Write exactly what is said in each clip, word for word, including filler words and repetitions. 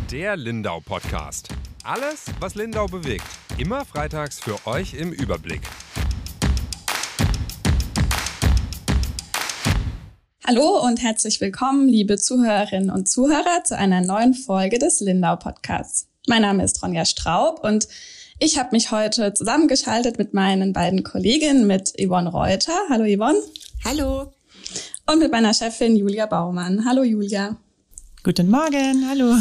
Der Lindau-Podcast. Alles, was Lindau bewegt. Immer freitags für euch im Überblick. Hallo und herzlich willkommen, liebe Zuhörerinnen und Zuhörer, zu einer neuen Folge des Lindau-Podcasts. Mein Name ist Ronja Straub und ich habe mich heute zusammengeschaltet mit meinen beiden Kolleginnen, mit Yvonne Reuter. Hallo Yvonne. Hallo. Und mit meiner Chefin Julia Baumann. Hallo Julia. Guten Morgen, hallo.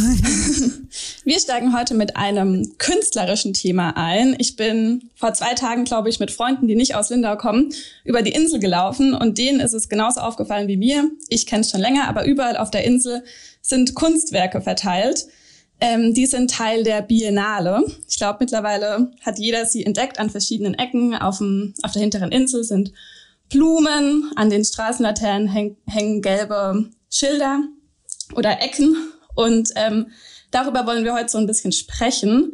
Wir steigen heute mit einem künstlerischen Thema ein. Ich bin vor zwei Tagen, glaube ich, mit Freunden, die nicht aus Lindau kommen, über die Insel gelaufen und denen ist es genauso aufgefallen wie mir. Ich kenne es schon länger, aber überall auf der Insel sind Kunstwerke verteilt. Ähm, die sind Teil der Biennale. Ich glaube, mittlerweile hat jeder sie entdeckt an verschiedenen Ecken. Auf, dem, auf der hinteren Insel sind Blumen, an den Straßenlaternen häng, hängen gelbe Schilder oder Ecken und ähm, darüber wollen wir heute so ein bisschen sprechen.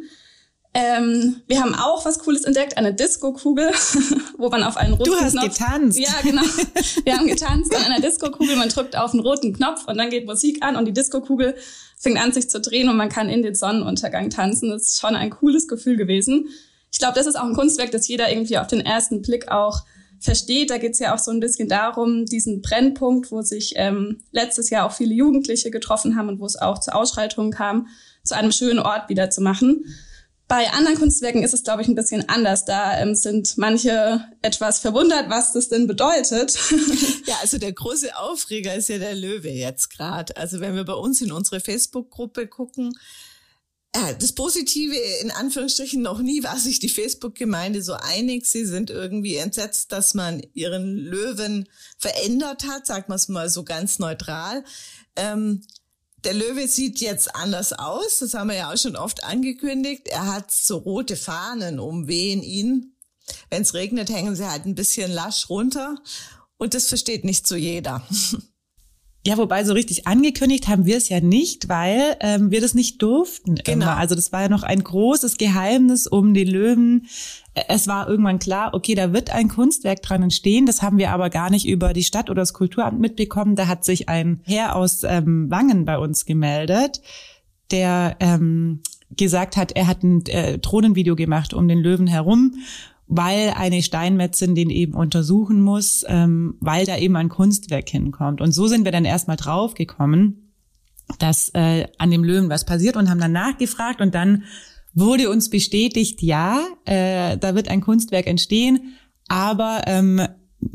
Ähm, wir haben auch was Cooles entdeckt, eine Disco-Kugel, wo man auf einen roten Knopf... Du hast Knopf, getanzt. Ja, genau. Wir haben getanzt an einer Disco-Kugel, man drückt auf einen roten Knopf und dann geht Musik an und die Disco-Kugel fängt an, sich zu drehen und man kann in den Sonnenuntergang tanzen. Das ist schon ein cooles Gefühl gewesen. Ich glaube, das ist auch ein Kunstwerk, das jeder irgendwie auf den ersten Blick auch versteht. Da geht es ja auch so ein bisschen darum, diesen Brennpunkt, wo sich ähm, letztes Jahr auch viele Jugendliche getroffen haben und wo es auch zu Ausschreitungen kam, zu einem schönen Ort wieder zu machen. Bei anderen Kunstwerken ist es, glaube ich, ein bisschen anders. Da ähm, sind manche etwas verwundert, was das denn bedeutet. Ja, also der große Aufreger ist ja der Löwe jetzt gerade. Also wenn wir bei uns in unsere Facebook-Gruppe gucken, ja, das Positive in Anführungsstrichen, noch nie war sich die Facebook-Gemeinde so einig. Sie sind irgendwie entsetzt, dass man ihren Löwen verändert hat, sagt man es mal so ganz neutral. Ähm, der Löwe sieht jetzt anders aus, das haben wir ja auch schon oft angekündigt. Er hat so rote Fahnen umwehen ihn. Wenn es regnet, hängen sie halt ein bisschen lasch runter und das versteht nicht so jeder. Ja, wobei so richtig angekündigt haben wir es ja nicht, weil ähm, wir das nicht durften. Genau. Immer. Also das war ja noch ein großes Geheimnis um den Löwen. Es war irgendwann klar, okay, da wird ein Kunstwerk dran entstehen. Das haben wir aber gar nicht über die Stadt oder das Kulturamt mitbekommen. Da hat sich ein Herr aus ähm, Wangen bei uns gemeldet, der ähm, gesagt hat, er hat ein äh, Drohnenvideo gemacht um den Löwen herum, weil eine Steinmetzin den eben untersuchen muss, ähm, weil da eben ein Kunstwerk hinkommt. Und so sind wir dann erstmal draufgekommen, dass äh, an dem Löwen was passiert und haben dann nachgefragt und dann wurde uns bestätigt, ja, äh, da wird ein Kunstwerk entstehen, aber ähm,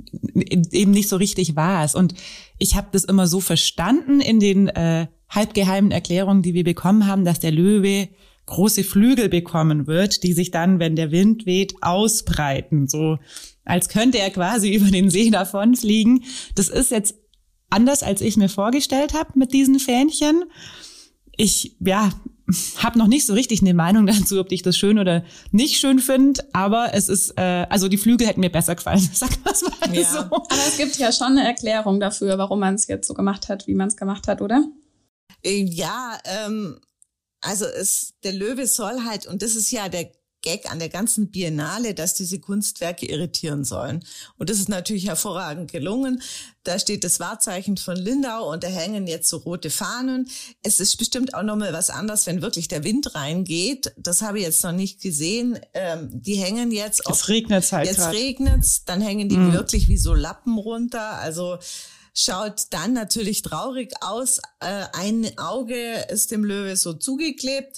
eben nicht so richtig war es. Und ich habe das immer so verstanden in den äh, halbgeheimen Erklärungen, die wir bekommen haben, dass der Löwe große Flügel bekommen wird, die sich dann, wenn der Wind weht, ausbreiten. So als könnte er quasi über den See davonfliegen. Das ist jetzt anders, als ich mir vorgestellt habe mit diesen Fähnchen. Ich, ja, habe noch nicht so richtig eine Meinung dazu, ob ich das schön oder nicht schön finde, aber es ist, äh, also die Flügel hätten mir besser gefallen, sag mal's mal ja. so. Aber es gibt ja schon eine Erklärung dafür, warum man es jetzt so gemacht hat, wie man es gemacht hat, oder? Ja, ähm, also es, der Löwe soll halt, und das ist ja der Gag an der ganzen Biennale, dass diese Kunstwerke irritieren sollen. Und das ist natürlich hervorragend gelungen. Da steht das Wahrzeichen von Lindau und da hängen jetzt so rote Fahnen. Es ist bestimmt auch nochmal was anderes, wenn wirklich der Wind reingeht. Das habe ich jetzt noch nicht gesehen. Ähm, die hängen jetzt. Jetzt regnet's halt Jetzt grad. regnet's, dann hängen die mhm. wirklich wie so Lappen runter. Also schaut dann natürlich traurig aus. Äh, ein Auge ist dem Löwe so zugeklebt.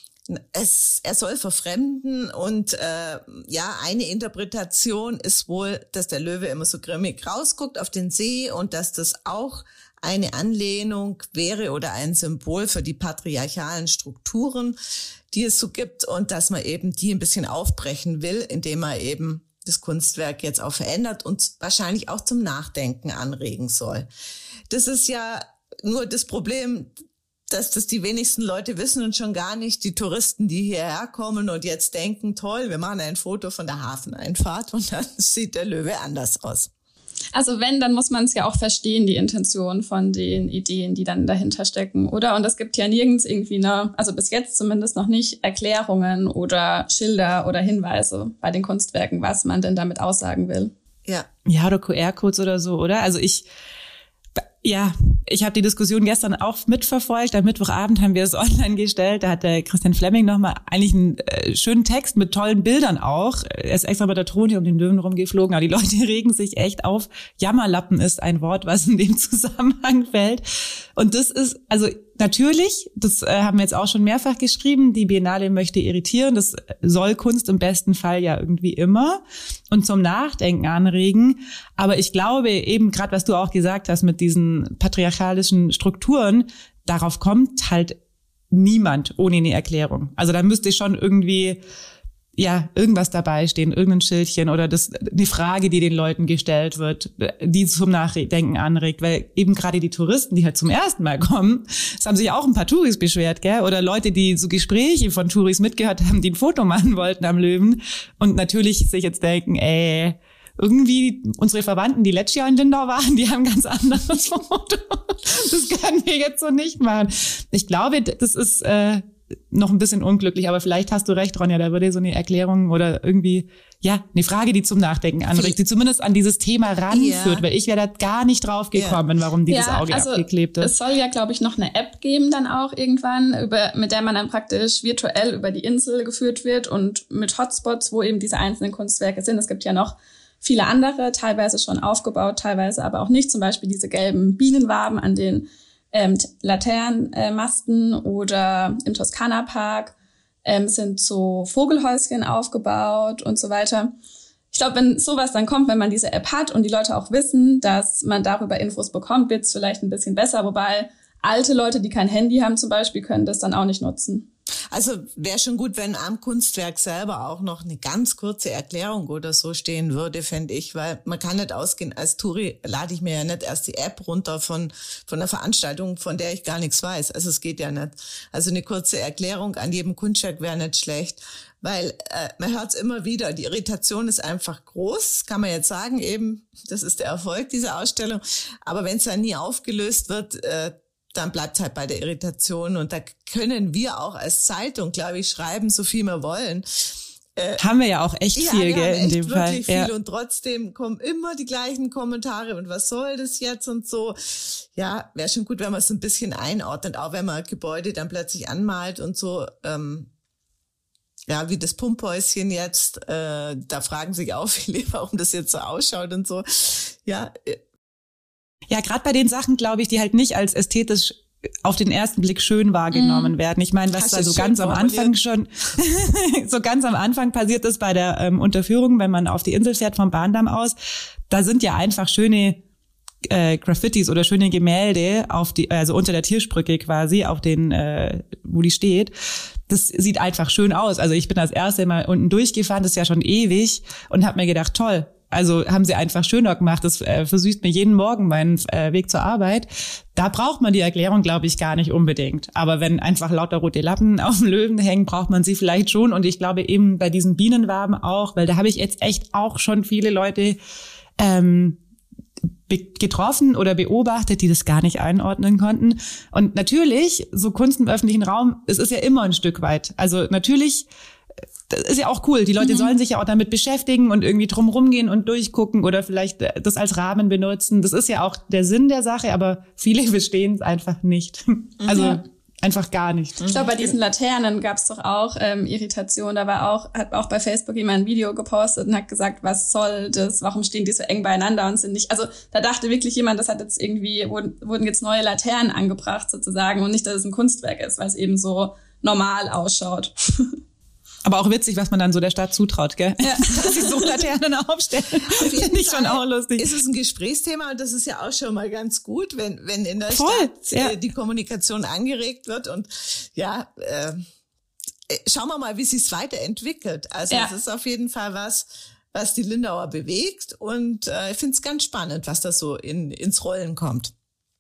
Es, er soll verfremden und äh, ja, eine Interpretation ist wohl, dass der Löwe immer so grimmig rausguckt auf den See und dass das auch eine Anlehnung wäre oder ein Symbol für die patriarchalen Strukturen, die es so gibt und dass man eben die ein bisschen aufbrechen will, indem man eben das Kunstwerk jetzt auch verändert und wahrscheinlich auch zum Nachdenken anregen soll. Das ist ja nur das Problem, dass das die wenigsten Leute wissen und schon gar nicht die Touristen, die hierher kommen und jetzt denken, toll, wir machen ein Foto von der Hafeneinfahrt und dann sieht der Löwe anders aus. Also wenn, dann muss man es ja auch verstehen, die Intention von den Ideen, die dann dahinter stecken, oder? Und es gibt ja nirgends irgendwie eine, also bis jetzt zumindest noch nicht, Erklärungen oder Schilder oder Hinweise bei den Kunstwerken, was man denn damit aussagen will. Ja. Ja, oder Q R-Codes oder so, oder? Also ich ja, ich habe die Diskussion gestern auch mitverfolgt. Am Mittwochabend haben wir es online gestellt. Da hat der Christian Flemming nochmal eigentlich einen äh, schönen Text mit tollen Bildern auch. Er ist extra mit der Drohne um den Löwen rumgeflogen. Aber die Leute regen sich echt auf. Jammerlappen ist ein Wort, was in dem Zusammenhang fällt. Und das ist, also natürlich, das äh, haben wir jetzt auch schon mehrfach geschrieben, die Biennale möchte irritieren. Das soll Kunst im besten Fall ja irgendwie immer und zum Nachdenken anregen. Aber ich glaube eben, gerade was du auch gesagt hast mit diesen patriarchalischen Strukturen, darauf kommt halt niemand ohne eine Erklärung. Also da müsste schon irgendwie ja irgendwas dabei stehen, irgendein Schildchen oder das die Frage, die den Leuten gestellt wird, die zum Nachdenken anregt, weil eben gerade die Touristen, die halt zum ersten Mal kommen, es haben sich auch ein paar Touris beschwert, gell, oder Leute, die so Gespräche von Touris mitgehört haben, die ein Foto machen wollten am Löwen und natürlich sich jetzt denken, ey, irgendwie unsere Verwandten, die letztes Jahr in Lindau waren, die haben ganz anderes Foto. Das können wir jetzt so nicht machen. Ich glaube, das ist äh, noch ein bisschen unglücklich, aber vielleicht hast du recht, Ronja, da würde so eine Erklärung oder irgendwie, ja, eine Frage, die zum Nachdenken anregt, die zumindest an dieses Thema ranführt, ja. Weil ich wäre da gar nicht drauf gekommen, ja. Warum dieses ja, Auge also abgeklebt ist. Es soll ja, glaube ich, noch eine App geben dann auch irgendwann, über, mit der man dann praktisch virtuell über die Insel geführt wird und mit Hotspots, wo eben diese einzelnen Kunstwerke sind. Es gibt ja noch viele andere, teilweise schon aufgebaut, teilweise aber auch nicht. Zum Beispiel diese gelben Bienenwaben an den ähm, Laternenmasten oder im Toskana-Park ähm, sind so Vogelhäuschen aufgebaut und so weiter. Ich glaube, wenn sowas dann kommt, wenn man diese App hat und die Leute auch wissen, dass man darüber Infos bekommt, wird es vielleicht ein bisschen besser. Wobei alte Leute, die kein Handy haben zum Beispiel, können das dann auch nicht nutzen. Also wäre schon gut, wenn am Kunstwerk selber auch noch eine ganz kurze Erklärung oder so stehen würde, fände ich, weil man kann nicht ausgehen, als Touri lade ich mir ja nicht erst die App runter von von einer Veranstaltung, von der ich gar nichts weiß. Also es geht ja nicht. Also eine kurze Erklärung an jedem Kunstwerk wäre nicht schlecht, weil äh, man hört es immer wieder, die Irritation ist einfach groß, kann man jetzt sagen, eben, das ist der Erfolg dieser Ausstellung. Aber wenn es dann nie aufgelöst wird, äh, dann bleibt halt bei der Irritation. Und da können wir auch als Zeitung, glaube ich, schreiben, so viel wir wollen. Äh, haben wir ja auch echt ja, viel, wir gell, haben echt in dem wirklich Fall. Viel. Ja. Und trotzdem kommen immer die gleichen Kommentare. Und was soll das jetzt und so? Ja, wäre schon gut, wenn man es ein bisschen einordnet, auch wenn man Gebäude dann plötzlich anmalt und so. Ähm, ja, wie das Pumphäuschen jetzt. Äh, da fragen sich auch viele, warum das jetzt so ausschaut und so. Ja, äh, Ja, gerade bei den Sachen, glaube ich, die halt nicht als ästhetisch auf den ersten Blick schön wahrgenommen mm. werden. Ich meine, was da so ganz am Anfang schon, so ganz am Anfang passiert ist bei der ähm, Unterführung, wenn man auf die Insel fährt vom Bahndamm aus, da sind ja einfach schöne äh, Graffitis oder schöne Gemälde auf die, also unter der Tischbrücke quasi, auf den, äh, wo die steht. Das sieht einfach schön aus. Also ich bin das erste Mal unten durchgefahren, das ist ja schon ewig, und habe mir gedacht, toll. Also haben sie einfach schöner gemacht. Das äh, versüßt mir jeden Morgen meinen äh, Weg zur Arbeit. Da braucht man die Erklärung, glaube ich, gar nicht unbedingt. Aber wenn einfach lauter rote Lappen auf dem Löwen hängen, braucht man sie vielleicht schon. Und ich glaube eben bei diesen Bienenwaben auch, weil da habe ich jetzt echt auch schon viele Leute ähm, be- getroffen oder beobachtet, die das gar nicht einordnen konnten. Und natürlich, so Kunst im öffentlichen Raum, es ist ja immer ein Stück weit. Also natürlich, das ist ja auch cool. Die Leute mhm. sollen sich ja auch damit beschäftigen und irgendwie drum rumgehen und durchgucken oder vielleicht das als Rahmen benutzen. Das ist ja auch der Sinn der Sache, aber viele verstehen es einfach nicht. Also ja. einfach gar nicht. Ich glaube, bei diesen Laternen gab es doch auch ähm, Irritation. Da war auch, hat auch bei Facebook jemand ein Video gepostet und hat gesagt, was soll das? Warum stehen die so eng beieinander und sind nicht? Also da dachte wirklich jemand, das hat jetzt irgendwie, wurden, wurden jetzt neue Laternen angebracht sozusagen und nicht, dass es ein Kunstwerk ist, weil es eben so normal ausschaut. Aber auch witzig, was man dann so der Stadt zutraut, gell? Ja. Dass sie so Laternen aufstellen. Finde ich schon auch lustig. Ist es ein Gesprächsthema und das ist ja auch schon mal ganz gut, wenn wenn in der Voll, Stadt ja. äh, die Kommunikation angeregt wird und ja, äh, schauen wir mal, wie sich's weiterentwickelt. Also es ja. ist auf jeden Fall was, was die Lindauer bewegt und äh, ich finde es ganz spannend, was da so in ins Rollen kommt.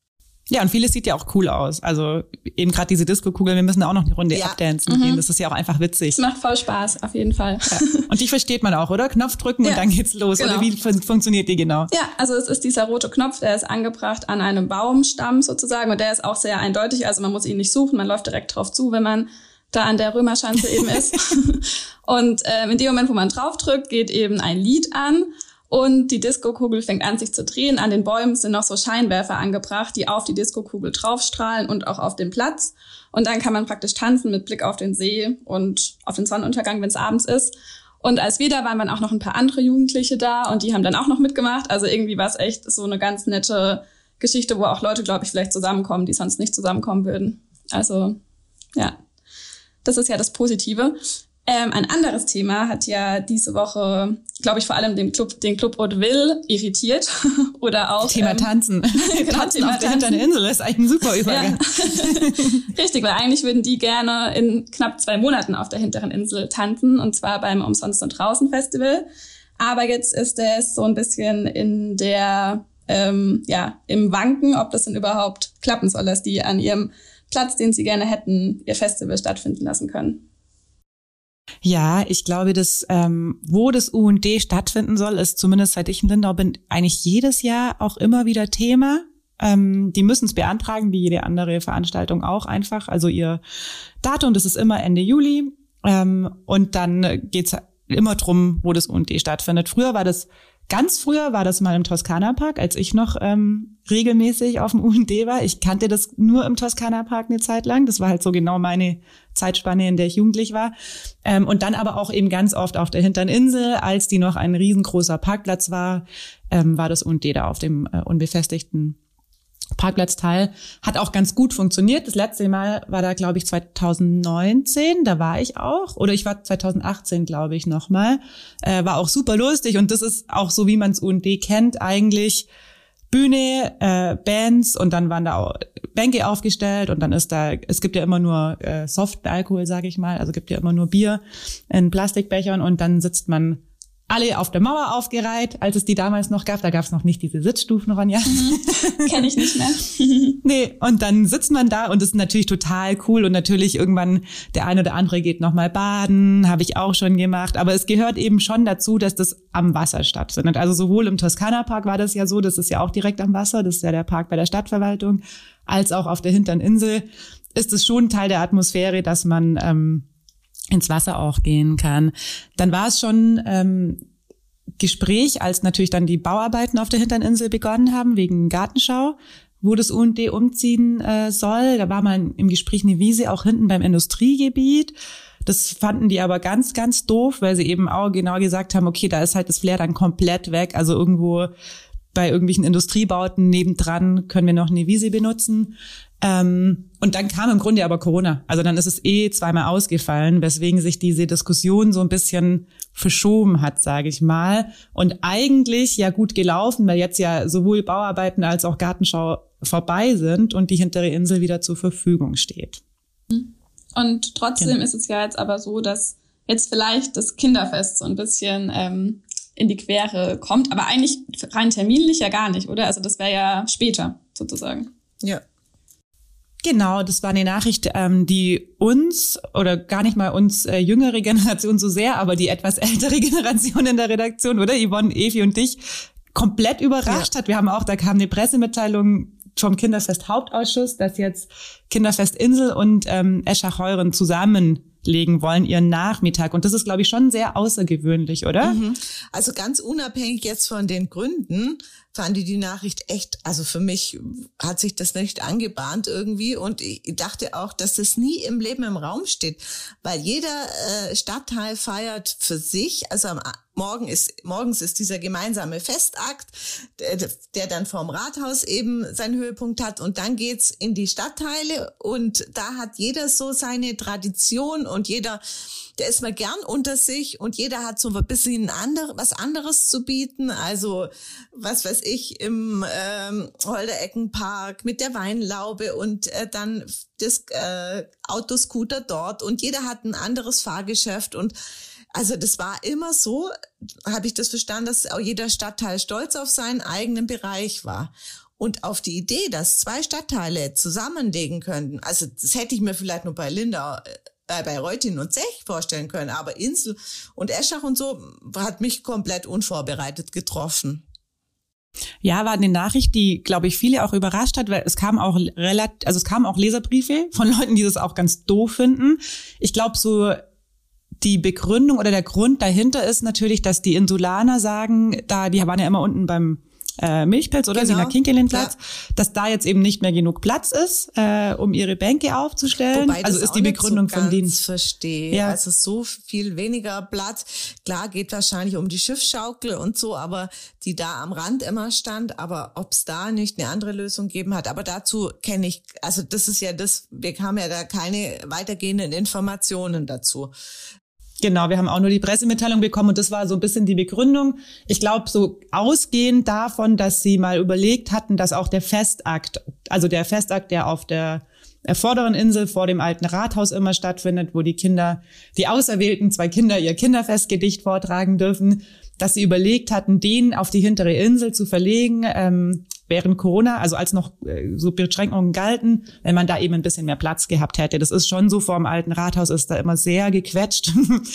Ja, und vieles sieht ja auch cool aus. Also eben gerade diese Disco-Kugeln, wir müssen da auch noch eine Runde ja. abdancen mhm. gehen. Das ist ja auch einfach witzig. Es macht voll Spaß, auf jeden Fall. Ja. Und die versteht man auch, oder? Knopf drücken ja. und dann geht's los. Genau. Oder wie fun- funktioniert die genau? Ja, also es ist dieser rote Knopf, der ist angebracht an einem Baumstamm sozusagen und der ist auch sehr eindeutig. Also man muss ihn nicht suchen, man läuft direkt drauf zu, wenn man da an der Römerschanze eben ist. Und äh, in dem Moment, wo man drauf drückt, geht eben ein Lied an. Und die Diskokugel fängt an, sich zu drehen. An den Bäumen sind noch so Scheinwerfer angebracht, die auf die Diskokugel draufstrahlen und auch auf den Platz. Und dann kann man praktisch tanzen mit Blick auf den See und auf den Sonnenuntergang, wenn es abends ist. Und als wir da waren, waren auch noch ein paar andere Jugendliche da und die haben dann auch noch mitgemacht. Also irgendwie war es echt so eine ganz nette Geschichte, wo auch Leute, glaube ich, vielleicht zusammenkommen, die sonst nicht zusammenkommen würden. Also ja, das ist ja das Positive. Ähm, ein anderes Thema hat ja diese Woche, glaube ich, vor allem den Club, den Club Hauteville irritiert. Oder auch Thema ähm, Tanzen. Genau, Tanzen Thema auf der hinteren Insel ist eigentlich ein super Übergang. Ja. Richtig, weil eigentlich würden die gerne in knapp zwei Monaten auf der hinteren Insel tanzen, und zwar beim Umsonst und Draußen Festival. Aber jetzt ist es so ein bisschen in der, ähm, ja, im Wanken, ob das denn überhaupt klappen soll, dass die an ihrem Platz, den sie gerne hätten, ihr Festival stattfinden lassen können. Ja, ich glaube, dass ähm, wo das U und D stattfinden soll, ist zumindest seit ich in Lindau bin, eigentlich jedes Jahr auch immer wieder Thema. Ähm, die müssen es beantragen, wie jede andere Veranstaltung auch einfach. Also ihr Datum, das ist immer Ende Juli. Ähm, und dann geht's immer drum, wo das U und D stattfindet. Früher war das Ganz früher war das mal im Toskana-Park, als ich noch ähm, regelmäßig auf dem U und D war. Ich kannte das nur im Toskana-Park eine Zeit lang. Das war halt so genau meine Zeitspanne, in der ich jugendlich war. Ähm, und dann aber auch eben ganz oft auf der hinteren Insel, als die noch ein riesengroßer Parkplatz war, ähm, war das U und D da auf dem äh, unbefestigten Parkplatzteil. Hat auch ganz gut funktioniert. Das letzte Mal war da, glaube ich, zwanzig neunzehn. Da war ich auch. Oder ich war zwanzig achtzehn, glaube ich, nochmal. Äh, war auch super lustig. Und das ist auch so, wie man das U und D kennt, eigentlich Bühne, äh, Bands, und dann waren da auch Bänke aufgestellt, und dann ist da, es gibt ja immer nur äh, Softalkohol, sage ich mal. Also gibt ja immer nur Bier in Plastikbechern, und dann sitzt man alle auf der Mauer aufgereiht, als es die damals noch gab. Da gab es noch nicht diese Sitzstufen, Ronja. Mhm. Kenn ich nicht mehr. Nee, und dann sitzt man da, und das ist natürlich total cool. Und natürlich irgendwann der eine oder andere geht noch mal baden, habe ich auch schon gemacht. Aber es gehört eben schon dazu, dass das am Wasser stattfindet. Also sowohl im Toskana-Park war das ja so, das ist ja auch direkt am Wasser, das ist ja der Park bei der Stadtverwaltung, als auch auf der hinteren Insel ist es schon Teil der Atmosphäre, dass man ähm, ins Wasser auch gehen kann. Dann war es schon ähm, Gespräch, als natürlich dann die Bauarbeiten auf der hinteren Insel begonnen haben, wegen Gartenschau, wo das U und D umziehen äh, soll. Da war mal im Gespräch eine Wiese auch hinten beim Industriegebiet. Das fanden die aber ganz, ganz doof, weil sie eben auch genau gesagt haben, okay, da ist halt das Flair dann komplett weg. Also irgendwo bei irgendwelchen Industriebauten nebendran können wir noch eine Wiese benutzen. Ähm, und dann kam im Grunde aber Corona. Also dann ist es eh zweimal ausgefallen, weswegen sich diese Diskussion so ein bisschen verschoben hat, sage ich mal. Und eigentlich ja gut gelaufen, weil jetzt ja sowohl Bauarbeiten als auch Gartenschau vorbei sind und die hintere Insel wieder zur Verfügung steht. Und trotzdem Genau. ist es ja jetzt aber so, dass jetzt vielleicht das Kinderfest so ein bisschen ähm, in die Quere kommt, aber eigentlich rein terminlich ja gar nicht, oder? Also das wäre ja später sozusagen. Ja. Genau, das war eine Nachricht, ähm, die uns, oder gar nicht mal uns äh, jüngere Generation so sehr, aber die etwas ältere Generation in der Redaktion, oder Yvonne, Evi und dich, komplett überrascht Ja. hat. Wir haben auch, da kam eine Pressemitteilung vom Kinderfest Hauptausschuss, dass jetzt Kinderfest Insel und ähm, Eschach-Heuren zusammenlegen wollen, ihren Nachmittag. Und das ist, glaube ich, schon sehr außergewöhnlich, oder? Mhm. Also ganz unabhängig jetzt von den Gründen, fand ich die Nachricht echt, also für mich hat sich das nicht angebahnt irgendwie, und ich dachte auch, dass das nie im Leben im Raum steht, weil jeder äh, Stadtteil feiert für sich, also am Morgen ist, morgens ist dieser gemeinsame Festakt, der, der dann vorm Rathaus eben seinen Höhepunkt hat, und dann geht's in die Stadtteile, und da hat jeder so seine Tradition, und jeder, der ist mal gern unter sich, und jeder hat so ein bisschen andere, was anderes zu bieten. Also, was weiß ich, im ähm, Holdereckenpark mit der Weinlaube und äh, dann das äh, Autoscooter dort, und jeder hat ein anderes Fahrgeschäft, und also das war immer so, habe ich das verstanden, dass auch jeder Stadtteil stolz auf seinen eigenen Bereich war. Und auf die Idee, dass zwei Stadtteile zusammenlegen könnten, also das hätte ich mir vielleicht nur bei Lindau, äh, bei Reutin und Zech vorstellen können, aber Insel und Eschach und so hat mich komplett unvorbereitet getroffen. Ja, war eine Nachricht, die, glaube ich, viele auch überrascht hat, weil es kam auch relativ, also es kamen auch Leserbriefe von Leuten, die das auch ganz doof finden. Ich glaube, so die Begründung oder der Grund dahinter ist natürlich, dass die Insulaner sagen, da die waren ja immer unten beim äh, Milchpilz oder genau. Sina-Kinkelin-Platz, ja. dass da jetzt eben nicht mehr genug Platz ist, äh, um ihre Bänke aufzustellen. Wobei also das ist auch die Begründung nicht so von denen. ganz verstehe. Ja. Also so viel weniger Platz. Klar, geht wahrscheinlich um die Schiffsschaukel und so, aber die da am Rand immer stand. Aber ob es da nicht eine andere Lösung gegeben hat. Aber dazu kenne ich, also das ist ja das, wir haben ja da keine weitergehenden Informationen dazu. Genau, wir haben auch nur die Pressemitteilung bekommen und das war so ein bisschen die Begründung. Ich glaube, so ausgehend davon, dass sie mal überlegt hatten, dass auch der Festakt, also der Festakt, der auf der vorderen Insel vor dem alten Rathaus immer stattfindet, wo die Kinder, die auserwählten zwei Kinder ihr Kinderfestgedicht vortragen dürfen, dass sie überlegt hatten, den auf die hintere Insel zu verlegen, ähm, während Corona, also als noch äh, so Beschränkungen galten, wenn man da eben ein bisschen mehr Platz gehabt hätte. Das ist schon so, vor dem alten Rathaus ist da immer sehr gequetscht.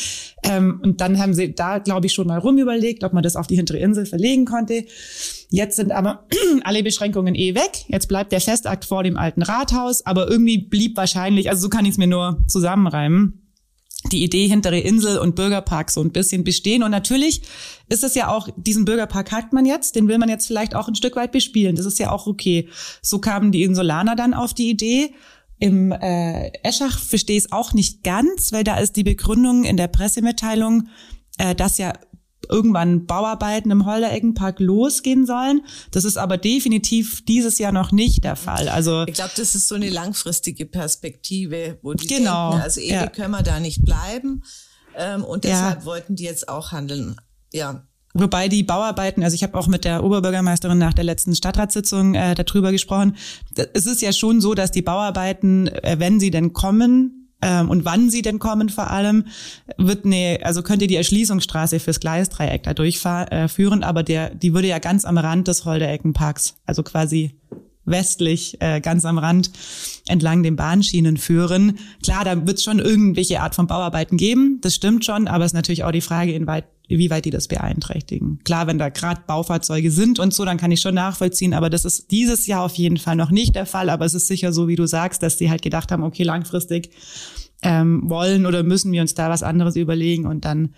ähm, und dann haben sie da, glaube ich, schon mal rumüberlegt, ob man das auf die hintere Insel verlegen konnte. Jetzt sind aber alle Beschränkungen eh weg. Jetzt bleibt der Festakt vor dem alten Rathaus, aber irgendwie blieb wahrscheinlich, also so kann ich es mir nur zusammenreimen, die Idee hintere Insel und Bürgerpark so ein bisschen bestehen. Und natürlich ist es ja auch, diesen Bürgerpark hat man jetzt, den will man jetzt vielleicht auch ein Stück weit bespielen. Das ist ja auch okay. So kamen die Insulaner dann auf die Idee. Im äh, Eschach verstehe ich es auch nicht ganz, weil da ist die Begründung in der Pressemitteilung, äh, dass ja irgendwann Bauarbeiten im Holdereckenpark losgehen sollen. Das ist aber definitiv dieses Jahr noch nicht der Fall. Also ich glaube, das ist so eine langfristige Perspektive, wo die genau, denken, also ewig ja. können wir da nicht bleiben. Ähm, und deshalb ja. wollten die jetzt auch handeln. Ja. Wobei die Bauarbeiten, also ich habe auch mit der Oberbürgermeisterin nach der letzten Stadtratssitzung äh, darüber gesprochen. Es ist ja schon so, dass die Bauarbeiten, äh, wenn sie denn kommen, und wann sie denn kommen vor allem, wird eine, also könnte die Erschließungsstraße fürs Gleisdreieck da durchführen, aber der, die würde ja ganz am Rand des Holdereckenparks, also quasi westlich, äh, ganz am Rand entlang den Bahnschienen führen. Klar, da wird es schon irgendwelche Art von Bauarbeiten geben, das stimmt schon, aber es ist natürlich auch die Frage, inwieweit, inwieweit die das beeinträchtigen. Klar, wenn da gerade Baufahrzeuge sind und so, dann kann ich schon nachvollziehen, aber das ist dieses Jahr auf jeden Fall noch nicht der Fall, aber es ist sicher so, wie du sagst, dass die halt gedacht haben, okay, langfristig ähm, wollen oder müssen wir uns da was anderes überlegen und dann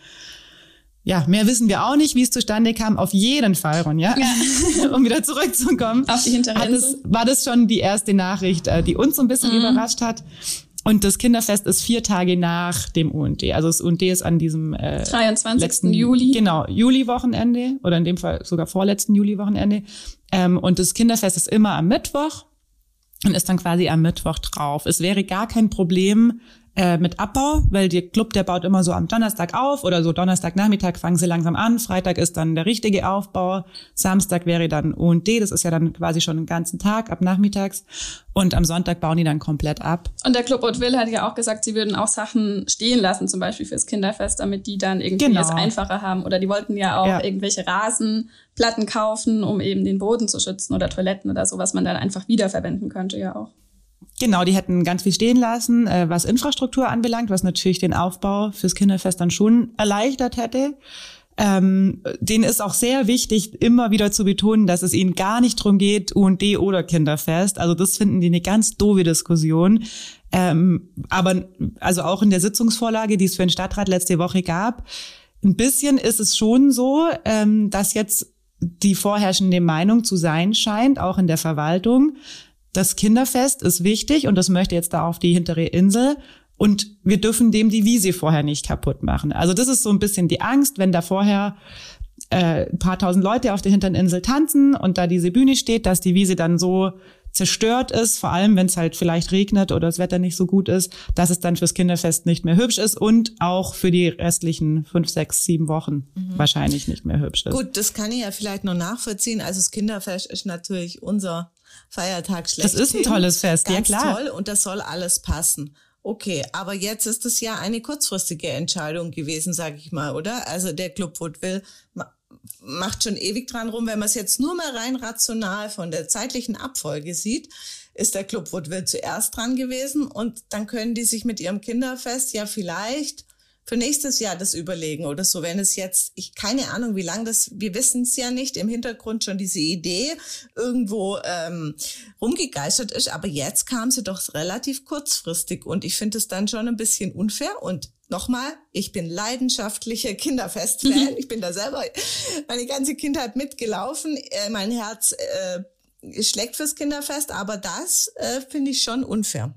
ja, mehr wissen wir auch nicht, wie es zustande kam. Auf jeden Fall, Ronja, ja. um wieder zurückzukommen. Auf die hintere Insel. Das, war das schon die erste Nachricht, die uns so ein bisschen mhm. überrascht hat. Und das Kinderfest ist vier Tage nach dem U N D. Also das U N D ist an diesem äh, dreiundzwanzigsten letzten, Juli. Genau, Juli-Wochenende oder in dem Fall sogar vorletzten Juli-Wochenende. Ähm, und das Kinderfest ist immer am Mittwoch und ist dann quasi am Mittwoch drauf. Es wäre gar kein Problem, äh, mit Abbau, weil der Club, der baut immer so am Donnerstag auf oder so Donnerstagnachmittag fangen sie langsam an, Freitag ist dann der richtige Aufbau, Samstag wäre dann U N D, das ist ja dann quasi schon den ganzen Tag ab nachmittags und am Sonntag bauen die dann komplett ab. Und der Club Hauteville hat ja auch gesagt, sie würden auch Sachen stehen lassen, zum Beispiel fürs Kinderfest, damit die dann irgendwie genau. es einfacher haben oder die wollten ja auch ja. irgendwelche Rasenplatten kaufen, um eben den Boden zu schützen oder Toiletten oder so, was man dann einfach wiederverwenden könnte ja auch. Genau, die hätten ganz viel stehen lassen, äh, was Infrastruktur anbelangt, was natürlich den Aufbau fürs Kinderfest dann schon erleichtert hätte. Ähm, denen ist auch sehr wichtig, immer wieder zu betonen, dass es ihnen gar nicht drum geht, U N D oder Kinderfest. Also das finden die eine ganz doofe Diskussion. Ähm, aber also auch in der Sitzungsvorlage, die es für den Stadtrat letzte Woche gab, ein bisschen ist es schon so, ähm, dass jetzt die vorherrschende Meinung zu sein scheint, auch in der Verwaltung. Das Kinderfest ist wichtig und das möchte jetzt da auf die hintere Insel und wir dürfen dem die Wiese vorher nicht kaputt machen. Also das ist so ein bisschen die Angst, wenn da vorher äh, ein paar tausend Leute auf der hinteren Insel tanzen und da diese Bühne steht, dass die Wiese dann so zerstört ist, vor allem wenn es halt vielleicht regnet oder das Wetter nicht so gut ist, dass es dann fürs Kinderfest nicht mehr hübsch ist und auch für die restlichen fünf, sechs, sieben Wochen mhm. wahrscheinlich nicht mehr hübsch ist. Gut, das kann ich ja vielleicht noch nachvollziehen. Also das Kinderfest ist natürlich unser Feiertag schlechthin. Das ist ein tolles Fest, Ganz ja klar. toll und das soll alles passen. Okay, aber jetzt ist es ja eine kurzfristige Entscheidung gewesen, sage ich mal, oder? Also der Club Hauteville macht schon ewig dran rum. Wenn man es jetzt nur mal rein rational von der zeitlichen Abfolge sieht, ist der Club Hauteville zuerst dran gewesen und dann können die sich mit ihrem Kinderfest ja vielleicht für nächstes Jahr das überlegen oder so, wenn es jetzt, ich keine Ahnung, wie lange das, wir wissen es ja nicht, im Hintergrund schon diese Idee irgendwo ähm, rumgegeistert ist, aber jetzt kam sie doch relativ kurzfristig und ich finde es dann schon ein bisschen unfair und nochmal, ich bin leidenschaftliche Kinderfest-Fan. Ich bin da selber meine ganze Kindheit mitgelaufen. Äh, mein Herz äh, schlägt fürs Kinderfest, aber das äh, finde ich schon unfair.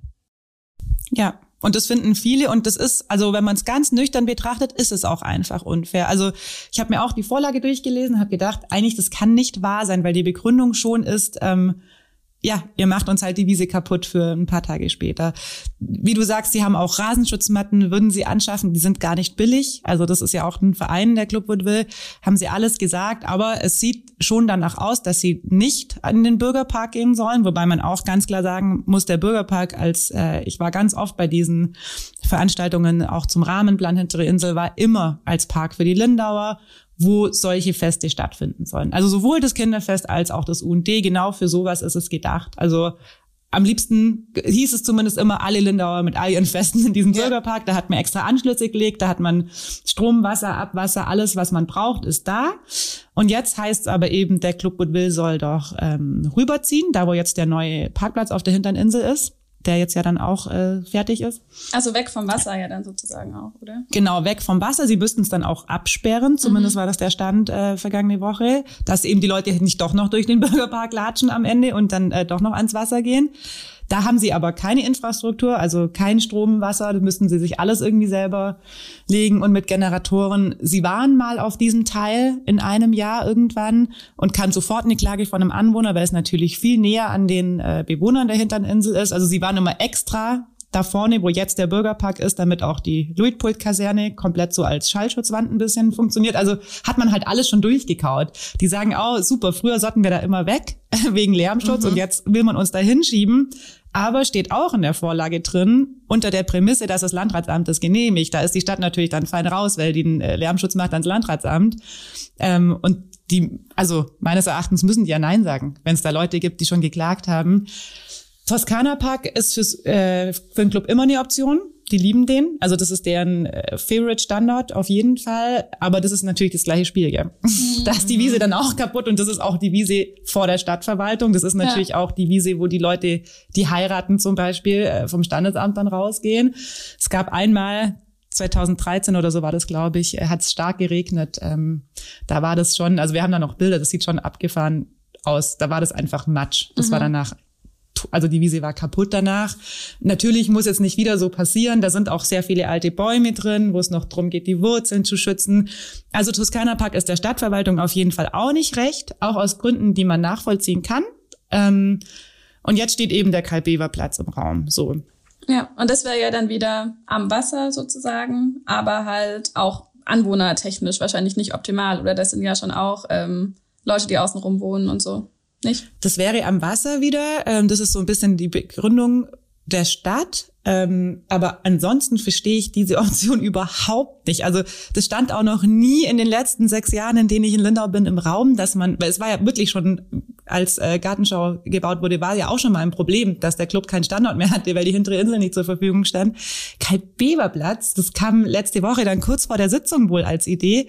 Ja. Und das finden viele und das ist, also wenn man es ganz nüchtern betrachtet, ist es auch einfach unfair. Also ich habe mir auch die Vorlage durchgelesen, habe gedacht, eigentlich das kann nicht wahr sein, weil die Begründung schon ist, ähm, ja, ihr macht uns halt die Wiese kaputt für ein paar Tage später. Wie du sagst, sie haben auch Rasenschutzmatten, würden sie anschaffen, die sind gar nicht billig. Also das ist ja auch ein Verein, der Club Woodville, haben sie alles gesagt. Aber es sieht schon danach aus, dass sie nicht an den Bürgerpark gehen sollen. Wobei man auch ganz klar sagen muss, der Bürgerpark als, äh, ich war ganz oft bei diesen Veranstaltungen, auch zum Rahmenplan Hintere Insel, war immer als Park für die Lindauer, wo solche Feste stattfinden sollen. Also sowohl das Kinderfest als auch das U und D, genau für sowas ist es gedacht. Also am liebsten hieß es zumindest immer, alle Lindauer mit all ihren Festen in diesem ja. Bürgerpark. Da hat man extra Anschlüsse gelegt, da hat man Strom, Wasser, Abwasser, alles, was man braucht, ist da. Und jetzt heißt es aber eben, der Club Woodville soll doch ähm, rüberziehen, da wo jetzt der neue Parkplatz auf der Hinteren Insel ist, der jetzt ja dann auch äh, fertig ist. Also weg vom Wasser ja dann sozusagen auch, oder? Genau, weg vom Wasser. Sie müssten es dann auch absperren. Zumindest mhm. war das der Stand äh, vergangene Woche, dass eben die Leute nicht doch noch durch den Bürgerpark latschen am Ende und dann äh, doch noch ans Wasser gehen. Da haben sie aber keine Infrastruktur, also kein Strom, Wasser, da müssten sie sich alles irgendwie selber legen und mit Generatoren. Sie waren mal auf diesem Teil in einem Jahr irgendwann und kann sofort eine Klage von einem Anwohner, weil es natürlich viel näher an den äh, Bewohnern der Hinteren Insel ist. Also sie waren immer extra da vorne, wo jetzt der Bürgerpark ist, damit auch die Luitpold-Kaserne komplett so als Schallschutzwand ein bisschen funktioniert. Also hat man halt alles schon durchgekaut. Die sagen, oh super, früher sollten wir da immer weg wegen Lärmschutz mhm. und jetzt will man uns da hinschieben. Aber steht auch in der Vorlage drin, unter der Prämisse, dass das Landratsamt das genehmigt. Da ist die Stadt natürlich dann fein raus, weil die den Lärmschutz macht ans Landratsamt. Ähm, und die, also meines Erachtens müssen die ja Nein sagen, wenn es da Leute gibt, die schon geklagt haben. Toskana Park ist fürs, äh, für den Club immer eine Option. Die lieben den. Also das ist deren äh, Favorite-Standort auf jeden Fall. Aber das ist natürlich das gleiche Spiel, ja. Mhm. Da ist die Wiese dann auch kaputt und das ist auch die Wiese vor der Stadtverwaltung. Das ist natürlich ja. auch die Wiese, wo die Leute, die heiraten zum Beispiel, äh, vom Standesamt dann rausgehen. Es gab einmal, zweitausenddreizehn oder so war das, glaube ich, hat es stark geregnet. Ähm, da war das schon, also wir haben da noch Bilder, das sieht schon abgefahren aus. Da war das einfach Matsch. Das mhm. war danach Also die Wiese war kaputt danach. Natürlich muss jetzt nicht wieder so passieren. Da sind auch sehr viele alte Bäume drin, wo es noch darum geht, die Wurzeln zu schützen. Also Toskana Park ist der Stadtverwaltung auf jeden Fall auch nicht recht, auch aus Gründen, die man nachvollziehen kann. Ähm, und jetzt steht eben der Karl-Bever-Platz im Raum. So. Ja, und das wäre ja dann wieder am Wasser sozusagen, aber halt auch anwohnertechnisch wahrscheinlich nicht optimal. Oder das sind ja schon auch ähm, Leute, die außenrum wohnen und so. Nicht? Das wäre am Wasser wieder. Ähm, das ist so ein bisschen die Begründung der Stadt. Ähm, aber ansonsten verstehe ich diese Option überhaupt nicht. Also das stand auch noch nie in den letzten sechs Jahren, in denen ich in Lindau bin, im Raum, dass man, weil es war ja wirklich schon, als äh, Gartenschau gebaut wurde, war ja auch schon mal ein Problem, dass der Club keinen Standort mehr hatte, weil die Hintere Insel nicht zur Verfügung stand. Karl-Bever-Platz, das kam letzte Woche dann kurz vor der Sitzung wohl als Idee.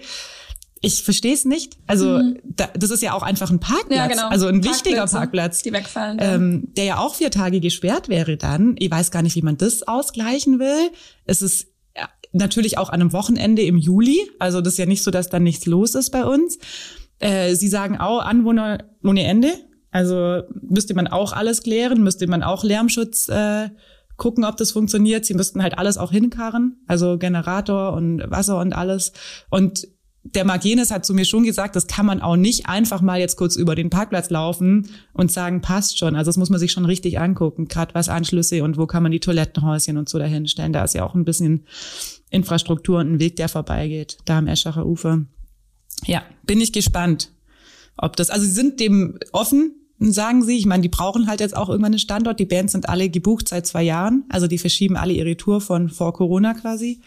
Ich verstehe es nicht. Also mhm. da, das ist ja auch einfach ein Parkplatz, ja, genau. also ein wichtiger Parkplatz, die wegfallen, ähm, der ja auch vier Tage gesperrt wäre dann. Ich weiß gar nicht, wie man das ausgleichen will. Es ist ja, natürlich auch an einem Wochenende im Juli. Also das ist ja nicht so, dass dann nichts los ist bei uns. Äh, Sie sagen auch, Anwohner ohne Ende. Also müsste man auch alles klären, müsste man auch Lärmschutz äh, gucken, ob das funktioniert. Sie müssten halt alles auch hinkarren, also Generator und Wasser und alles. Und der Marc Jenes hat zu mir schon gesagt, das kann man auch nicht einfach mal jetzt kurz über den Parkplatz laufen und sagen, passt schon. Also das muss man sich schon richtig angucken, gerade was Anschlüsse und wo kann man die Toilettenhäuschen und so dahin stellen. Da ist ja auch ein bisschen Infrastruktur und ein Weg, der vorbeigeht, da am Eschacher Ufer. Ja, bin ich gespannt, ob das, also sie sind dem offen, sagen sie. Ich meine, die brauchen halt jetzt auch irgendwann einen Standort. Die Bands sind alle gebucht seit zwei Jahren. Also die verschieben alle ihre Tour von vor Corona quasi.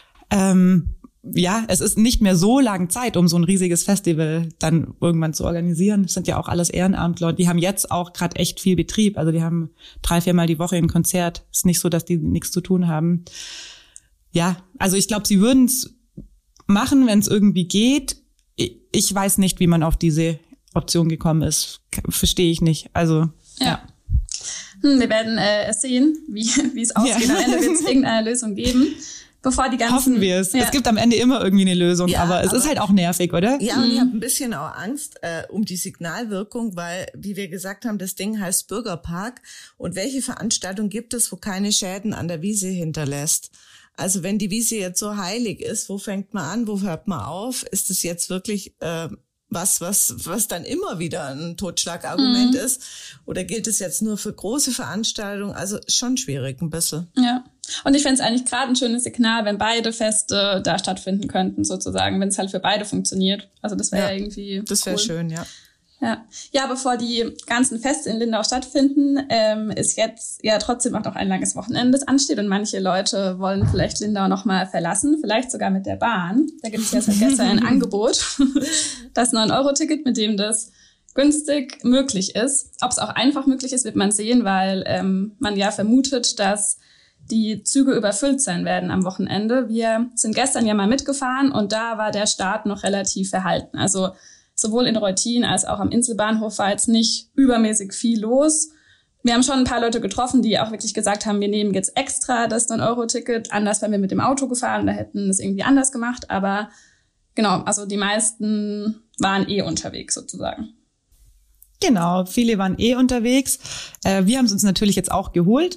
Ähm, Ja, es ist nicht mehr so lange Zeit, um so ein riesiges Festival dann irgendwann zu organisieren. Das sind ja auch alles Ehrenamtler. Die haben jetzt auch gerade echt viel Betrieb. Also die haben drei, viermal die Woche ein Konzert. Ist nicht so, dass die nichts zu tun haben. Ja, also ich glaube, sie würden es machen, wenn es irgendwie geht. Ich weiß nicht, wie man auf diese Option gekommen ist. Verstehe ich nicht. Also, ja. ja. Hm, wir werden äh, sehen, wie wie es ausgeht. Ja. Am Ende wird es irgendeine Lösung geben. bevor die ganzen... Hoffen wir es. Ja. Es gibt am Ende immer irgendwie eine Lösung, ja, aber es aber, ist halt auch nervig, oder? Ja, und mhm. ich habe ein bisschen auch Angst äh, um die Signalwirkung, weil, wie wir gesagt haben, das Ding heißt Bürgerpark. Und welche Veranstaltung gibt es, wo keine Schäden an der Wiese hinterlässt? Also wenn die Wiese jetzt so heilig ist, wo fängt man an, wo hört man auf? Ist es jetzt wirklich äh, was, was, was dann immer wieder ein Totschlagargument mhm. ist? Oder gilt es jetzt nur für große Veranstaltungen? Also schon schwierig ein bisschen. Ja. Und ich fände es eigentlich gerade ein schönes Signal, wenn beide Feste da stattfinden könnten, sozusagen, wenn es halt für beide funktioniert. Also das wäre ja, ja irgendwie Das wäre cool. schön, ja. Ja. Ja, bevor die ganzen Feste in Lindau stattfinden, ähm, ist jetzt ja trotzdem auch noch ein langes Wochenende, das ansteht. Und manche Leute wollen vielleicht Lindau noch mal verlassen, vielleicht sogar mit der Bahn. Da gibt es ja seit gestern ein Angebot, das neun Euro Ticket, mit dem das günstig möglich ist. Ob es auch einfach möglich ist, wird man sehen, weil ähm, man ja vermutet, dass die Züge überfüllt sein werden am Wochenende. Wir sind gestern ja mal mitgefahren und da war der Start noch relativ verhalten. Also sowohl in Reutin als auch am Inselbahnhof war jetzt nicht übermäßig viel los. Wir haben schon ein paar Leute getroffen, die auch wirklich gesagt haben, wir nehmen jetzt extra das neun Euro Ticket. Anders wären wir mit dem Auto gefahren, da hätten es irgendwie anders gemacht. Aber genau, also die meisten waren eh unterwegs sozusagen. Genau, viele waren eh unterwegs. Äh, wir haben es uns natürlich jetzt auch geholt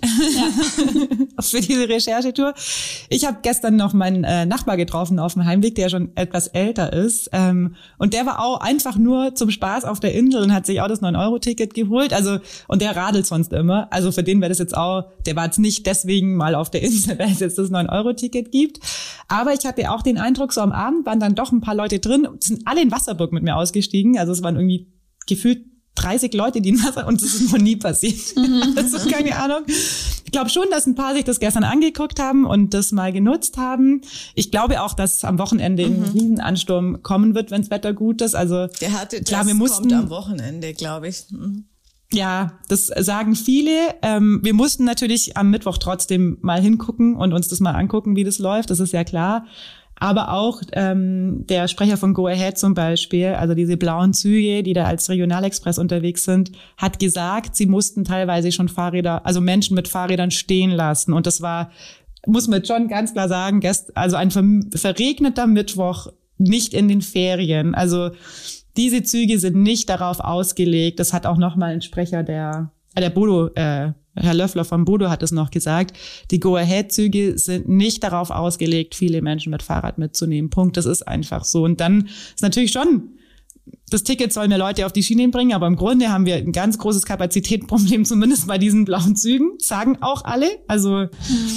ja. für diese Recherchetour. Ich habe gestern noch meinen äh, Nachbar getroffen auf dem Heimweg, der schon etwas älter ist. Ähm, und der war auch einfach nur zum Spaß auf der Insel und hat sich auch das neun Euro Ticket geholt. Also und der radelt sonst immer. Also für den wäre das jetzt auch, der war jetzt nicht deswegen mal auf der Insel, weil es jetzt das neun Euro Ticket gibt. Aber ich hatte auch den Eindruck, so am Abend waren dann doch ein paar Leute drin. Sind alle in Wasserburg mit mir ausgestiegen. Also es waren irgendwie gefühlt dreißig Leute, die in Wasser, und das ist noch nie passiert. Mhm. Das ist keine Ahnung. Ich glaube schon, dass ein paar sich das gestern angeguckt haben und das mal genutzt haben. Ich glaube auch, dass am Wochenende mhm. ein Riesenansturm kommen wird, wenn das Wetter gut ist. Also der hatte klar, wir mussten, kommt am Wochenende, glaube ich. Mhm. Ja, das sagen viele. Ähm, wir mussten natürlich am Mittwoch trotzdem mal hingucken und uns das mal angucken, wie das läuft. Das ist ja klar. Aber auch ähm, der Sprecher von Go Ahead zum Beispiel, also diese blauen Züge, die da als Regionalexpress unterwegs sind, hat gesagt, sie mussten teilweise schon Fahrräder, also Menschen mit Fahrrädern stehen lassen. Und das war, muss man schon ganz klar sagen, gest, also ein ver- verregneter Mittwoch, nicht in den Ferien. Also diese Züge sind nicht darauf ausgelegt. Das hat auch nochmal ein Sprecher der, äh, der Bodo, äh, Herr Löffler von Bodo hat es noch gesagt, die Go-Ahead-Züge sind nicht darauf ausgelegt, viele Menschen mit Fahrrad mitzunehmen. Punkt, das ist einfach so. Und dann ist natürlich schon, das Ticket soll mehr Leute auf die Schienen bringen, aber im Grunde haben wir ein ganz großes Kapazitätsproblem, zumindest bei diesen blauen Zügen, sagen auch alle. Also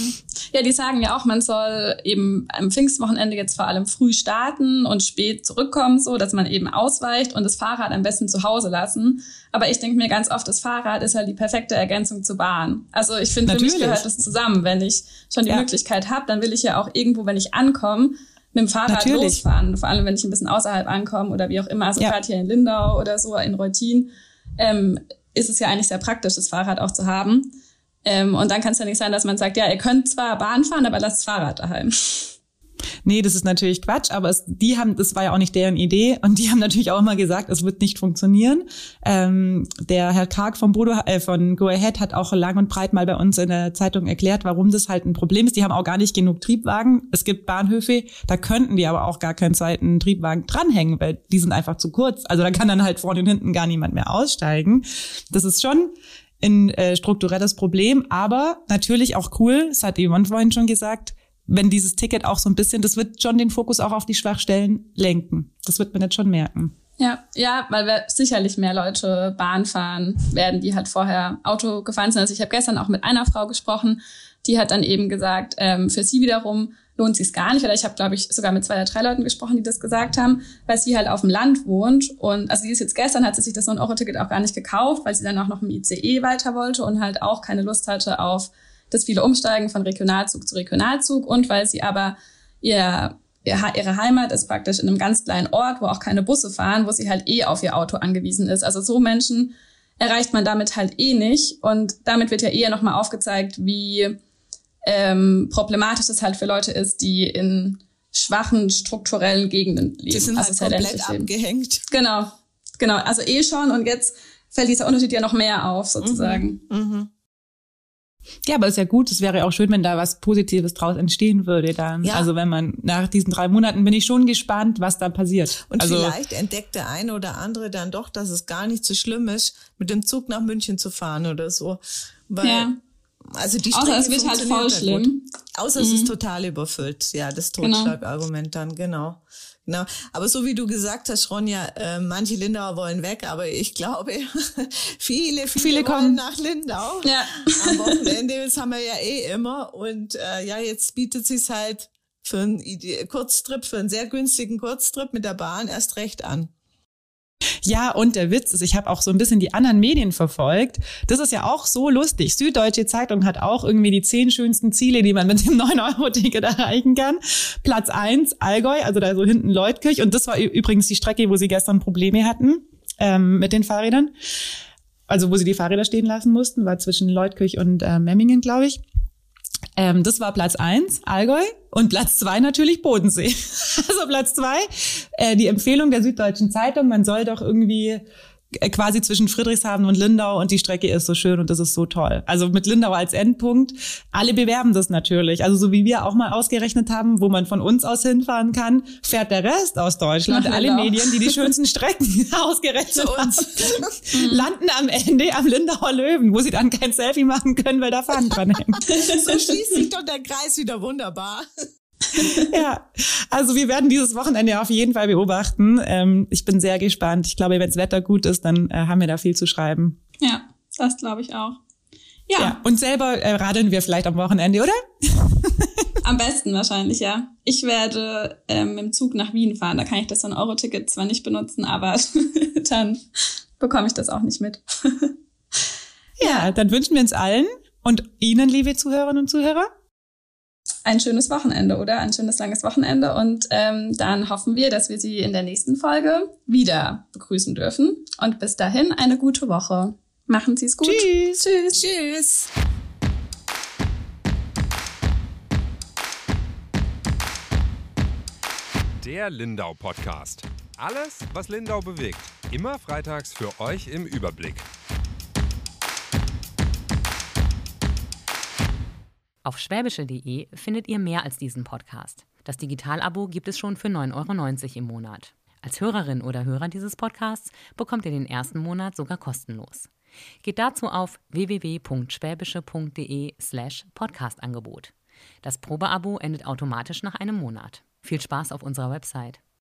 ja, die sagen ja auch, man soll eben am Pfingstwochenende jetzt vor allem früh starten und spät zurückkommen, so dass man eben ausweicht und das Fahrrad am besten zu Hause lassen. Aber ich denke mir ganz oft, das Fahrrad ist halt die perfekte Ergänzung zur Bahn. Also ich finde, für mich gehört das zusammen. Wenn ich schon die ja. Möglichkeit habe, dann will ich ja auch irgendwo, wenn ich ankomme, mit dem Fahrrad Natürlich. losfahren. Vor allem, wenn ich ein bisschen außerhalb ankomme oder wie auch immer. Also ja. gerade hier in Lindau oder so, in Reutin, ähm, ist es ja eigentlich sehr praktisch, das Fahrrad auch zu haben. Ähm, und dann kann es ja nicht sein, dass man sagt, ja, ihr könnt zwar Bahn fahren, aber lasst das Fahrrad daheim. Nee, das ist natürlich Quatsch, aber es, die haben, das war ja auch nicht deren Idee und die haben natürlich auch immer gesagt, es wird nicht funktionieren. Ähm, der Herr Karg von Bodo, äh, von Go Ahead hat auch lang und breit mal bei uns in der Zeitung erklärt, warum das halt ein Problem ist. Die haben auch gar nicht genug Triebwagen. Es gibt Bahnhöfe, da könnten die aber auch gar keinen zweiten Triebwagen dranhängen, weil die sind einfach zu kurz. Also da kann dann halt vorne und hinten gar niemand mehr aussteigen. Das ist schon ein äh, strukturelles Problem, aber natürlich auch cool, das hat Yvonne vorhin schon gesagt, wenn dieses Ticket auch so ein bisschen, das wird schon den Fokus auch auf die Schwachstellen lenken. Das wird man jetzt schon merken. Ja, ja, weil wir sicherlich mehr Leute Bahn fahren werden, die halt vorher Auto gefahren sind. Also ich habe gestern auch mit einer Frau gesprochen, die hat dann eben gesagt, ähm, für sie wiederum lohnt sich's gar nicht. Oder ich habe, glaube ich, sogar mit zwei oder drei Leuten gesprochen, die das gesagt haben, weil sie halt auf dem Land wohnt. Und also sie ist jetzt gestern, hat sie sich das neun Euro Ticket auch gar nicht gekauft, weil sie dann auch noch im I C E weiter wollte und halt auch keine Lust hatte auf das viele Umsteigen von Regionalzug zu Regionalzug und weil sie aber ihr, ihr, ihre Heimat ist praktisch in einem ganz kleinen Ort, wo auch keine Busse fahren, wo sie halt eh auf ihr Auto angewiesen ist. Also so Menschen erreicht man damit halt eh nicht und damit wird ja eher nochmal aufgezeigt, wie ähm, problematisch das halt für Leute ist, die in schwachen strukturellen Gegenden leben. Die sind halt also komplett abgehängt. Genau, genau. Also eh schon und jetzt fällt dieser Unterschied ja noch mehr auf sozusagen. Mhm. Mhm. Ja, aber ist ja gut. Es wäre auch schön, wenn da was Positives draus entstehen würde dann. Ja. Also wenn man nach diesen drei Monaten bin ich schon gespannt, was da passiert. Und also, vielleicht entdeckt der eine oder andere dann doch, dass es gar nicht so schlimm ist, mit dem Zug nach München zu fahren oder so. Weil, ja. Also die Strecke Außer es wird halt voll schlimm. Gut. Außer es mhm. ist total überfüllt. Ja, das Totschlagargument dann, genau. Genau. Aber so wie du gesagt hast, Ronja, äh, manche Lindauer wollen weg, aber ich glaube, viele, viele, viele kommen nach Lindau ja. am Wochenende. Das haben wir ja eh immer. Und äh, ja, jetzt bietet sich's halt für einen Kurztrip, für einen sehr günstigen Kurztrip mit der Bahn erst recht an. Ja, und der Witz ist, ich habe auch so ein bisschen die anderen Medien verfolgt. Das ist ja auch so lustig. Süddeutsche Zeitung hat auch irgendwie die zehn schönsten Ziele, die man mit dem neun Euro Ticket erreichen kann. Platz eins, Allgäu, also da so hinten Leutkirch. Und das war übrigens die Strecke, wo sie gestern Probleme hatten ähm, mit den Fahrrädern. Also wo sie die Fahrräder stehen lassen mussten, war zwischen Leutkirch und äh, Memmingen, glaube ich. Ähm, das war Platz eins, Allgäu. Und Platz zwei natürlich Bodensee. Also Platz zwei, äh, die Empfehlung der Süddeutschen Zeitung, man soll doch irgendwie äh, quasi zwischen Friedrichshafen und Lindau und die Strecke ist so schön und das ist so toll. Also mit Lindau als Endpunkt. Alle bewerben das natürlich. Also so wie wir auch mal ausgerechnet haben, wo man von uns aus hinfahren kann, fährt der Rest aus Deutschland. Nach alle Lindau. Medien, die die schönsten Strecken ausgerechnet haben, landen am Ende am Lindauer Löwen, wo sie dann kein Selfie machen können, weil da Fahnen dran hängen. So schließt sich doch der Kreis wieder wunderbar. Ja, also wir werden dieses Wochenende auf jeden Fall beobachten. Ähm, ich bin sehr gespannt. Ich glaube, wenn das Wetter gut ist, dann äh, haben wir da viel zu schreiben. Ja, das glaube ich auch. Ja. ja. Und selber äh, radeln wir vielleicht am Wochenende, oder? Am besten wahrscheinlich, ja. Ich werde ähm, mit dem Zug nach Wien fahren. Da kann ich das neun Euro Ticket zwar nicht benutzen, aber dann bekomme ich das auch nicht mit. Ja, dann wünschen wir uns allen und Ihnen, liebe Zuhörerinnen und Zuhörer, ein schönes Wochenende, oder? Ein schönes, langes Wochenende. Und ähm, dann hoffen wir, dass wir Sie in der nächsten Folge wieder begrüßen dürfen. Und bis dahin eine gute Woche. Machen Sie es gut. Tschüss. Tschüss. Tschüss. Der Lindau-Podcast. Alles, was Lindau bewegt. Immer freitags für euch im Überblick. Auf schwäbische punkt de findet ihr mehr als diesen Podcast. Das Digital-Abo gibt es schon für neun Euro neunzig im Monat. Als Hörerin oder Hörer dieses Podcasts bekommt ihr den ersten Monat sogar kostenlos. Geht dazu auf w w w punkt schwäbische punkt de slash Podcastangebot. Das Probeabo endet automatisch nach einem Monat. Viel Spaß auf unserer Website.